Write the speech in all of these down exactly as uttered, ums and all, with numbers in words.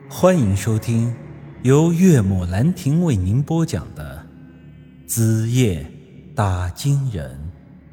欢迎收听由岳母兰亭为您播讲的子夜打金人。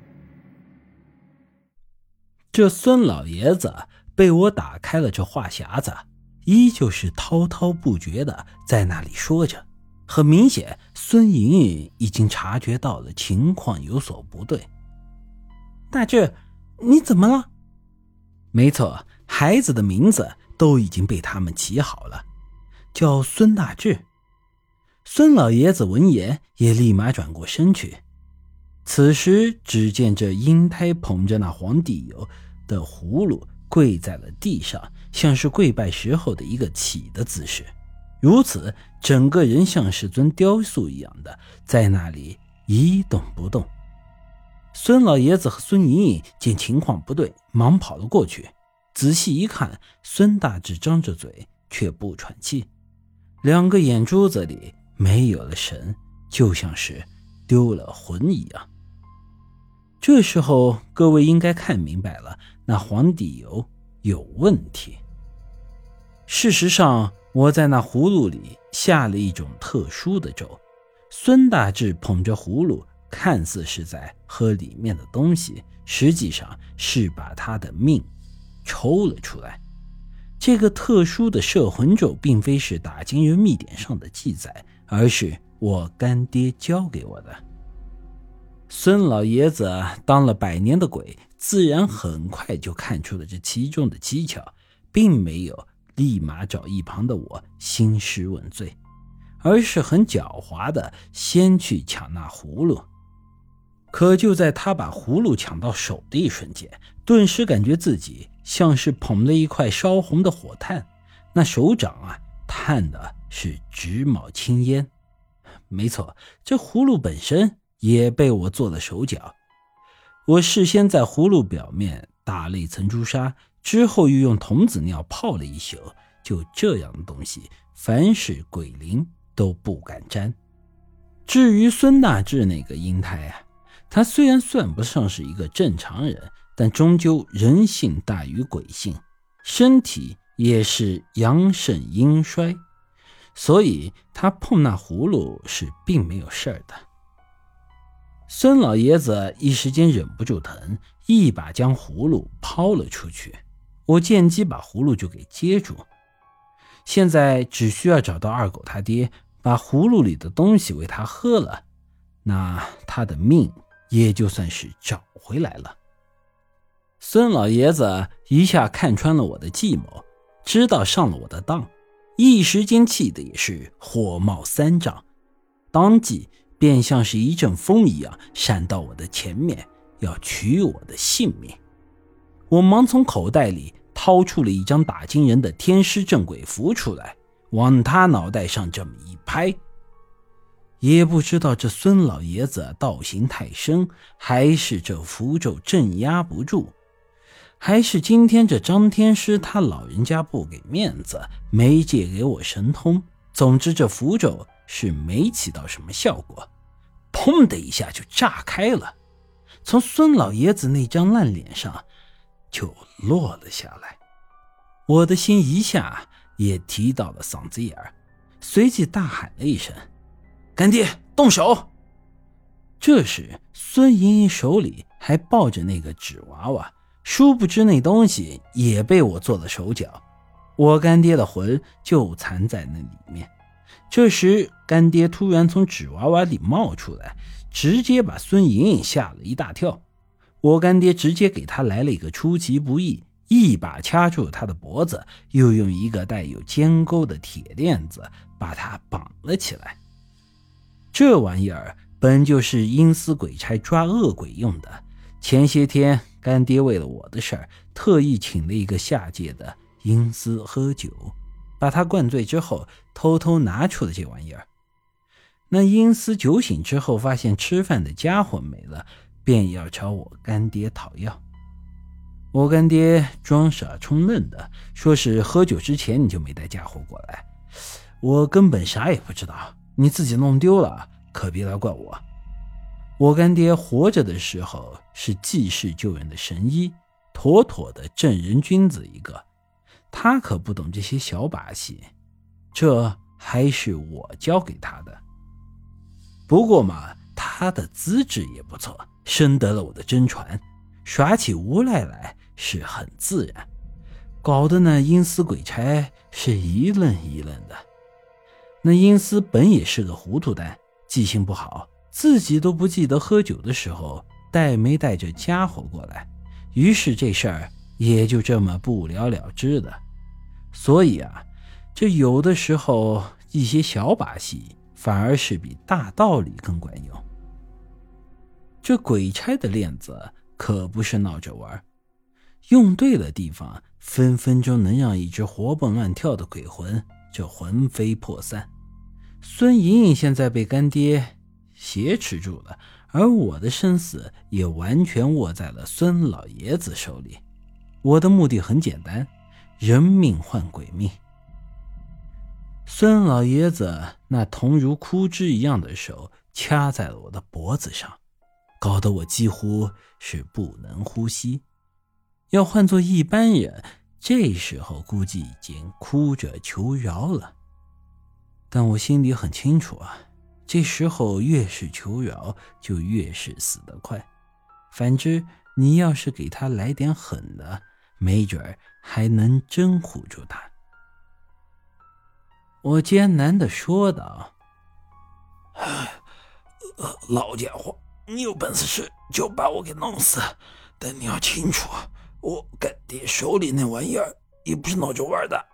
这孙老爷子被我打开了这话匣子，依旧是滔滔不绝的在那里说着。很明显，孙莹莹已经察觉到了情况有所不对。大志，你怎么了？没错，孩子的名字都已经被他们起好了，叫孙大志。孙老爷子闻言也立马转过身去。此时只见这婴胎捧着那黄底油的葫芦跪在了地上，像是跪拜时候的一个起的姿势，如此整个人像是尊雕塑一样的在那里一动不动。孙老爷子和孙莹莹见情况不对，忙跑了过去，仔细一看，孙大志张着嘴却不喘气，两个眼珠子里没有了神，就像是丢了魂一样。这时候各位应该看明白了，那黄底油有问题。事实上，我在那葫芦里下了一种特殊的咒，孙大志捧着葫芦，看似是在喝里面的东西，实际上是把他的命抽了出来。这个特殊的摄魂咒并非是打金人秘典上的记载，而是我干爹教给我的。孙老爷子当了百年的鬼，自然很快就看出了这其中的蹊跷，并没有立马找一旁的我兴师问罪，而是很狡猾的先去抢那葫芦。可就在他把葫芦抢到手的一瞬间，顿时感觉自己像是捧了一块烧红的火炭，那手掌啊烫的是直冒青烟。没错，这葫芦本身也被我做了手脚。我事先在葫芦表面打了一层朱砂，之后又用童子尿泡了一宿，就这样的东西，凡是鬼灵都不敢沾。至于孙大志那个婴胎啊，他虽然算不上是一个正常人，但终究人性大于鬼性，身体也是阳盛阴衰，所以他碰那葫芦是并没有事儿的。孙老爷子一时间忍不住疼，一把将葫芦抛了出去，我见机把葫芦就给接住。现在只需要找到二狗他爹，把葫芦里的东西为他喝了，那他的命也就算是找回来了。孙老爷子一下看穿了我的计谋，知道上了我的当，一时间气的也是火冒三丈，当即便像是一阵风一样闪到我的前面，要取我的性命。我忙从口袋里掏出了一张打金人的天师镇鬼符出来，往他脑袋上这么一拍。也不知道这孙老爷子道行太深，还是这符咒镇压不住，还是今天这张天师他老人家不给面子，没借给我神通。总之这符咒是没起到什么效果，砰的一下就炸开了，从孙老爷子那张烂脸上就落了下来。我的心一下也提到了嗓子眼儿，随即大喊了一声：干爹，动手！这时孙莹莹手里还抱着那个纸娃娃，殊不知那东西也被我做了手脚，我干爹的魂就藏在那里面。这时干爹突然从纸娃娃里冒出来，直接把孙莹莹吓了一大跳。我干爹直接给他来了一个出其不意，一把掐住他的脖子，又用一个带有尖钩的铁链子把他绑了起来。这玩意儿本就是阴司鬼差抓恶鬼用的，前些天干爹为了我的事儿，特意请了一个下界的阴司喝酒，把他灌醉之后偷偷拿出了这玩意儿。那阴司酒醒之后发现吃饭的家伙没了，便要朝我干爹讨要。我干爹装傻充愣的说是喝酒之前你就没带家伙过来，我根本啥也不知道，你自己弄丢了可别来怪我。我干爹活着的时候是济世救人的神医，妥妥的正人君子一个，他可不懂这些小把戏， 这还是我教给他的。不过嘛，他的资质也不错，深得了我的真传，耍起无赖来是很自然，搞得那阴司鬼差是一愣一愣的。那阴司本也是个糊涂蛋，记性不好，自己都不记得喝酒的时候带没带着家伙过来，于是这事儿也就这么不了了之了。所以啊，这有的时候一些小把戏反而是比大道理更管用。这鬼差的链子可不是闹着玩，用对了地方，分分钟能让一只活蹦乱跳的鬼魂这魂飞魄散。孙莹莹现在被干爹挟持住了，而我的生死也完全握在了孙老爷子手里。我的目的很简单，人命换鬼命。孙老爷子那铜如枯枝一样的手掐在了我的脖子上，搞得我几乎是不能呼吸。要换做一般人，这时候估计已经哭着求饶了。但我心里很清楚啊，这时候越是求饶，就越是死得快。反之，你要是给他来点狠的，没准还能真唬住他。我艰难地说道： 呃，老家伙，你有本事时就把我给弄死，但你要清楚，我干爹手里那玩意儿也不是闹着玩的。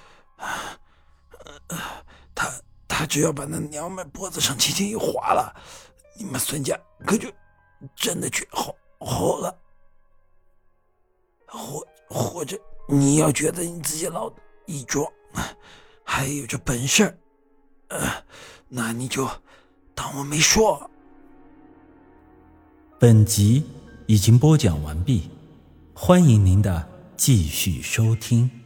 呃、他他只要把那娘们脖子上轻轻一划了，你们孙家可就真的绝后后了。或或者你要觉得你自己老一壮，还有这本事，呃，那你就当我没说。 本集已经播讲完毕，欢迎您的继续收听。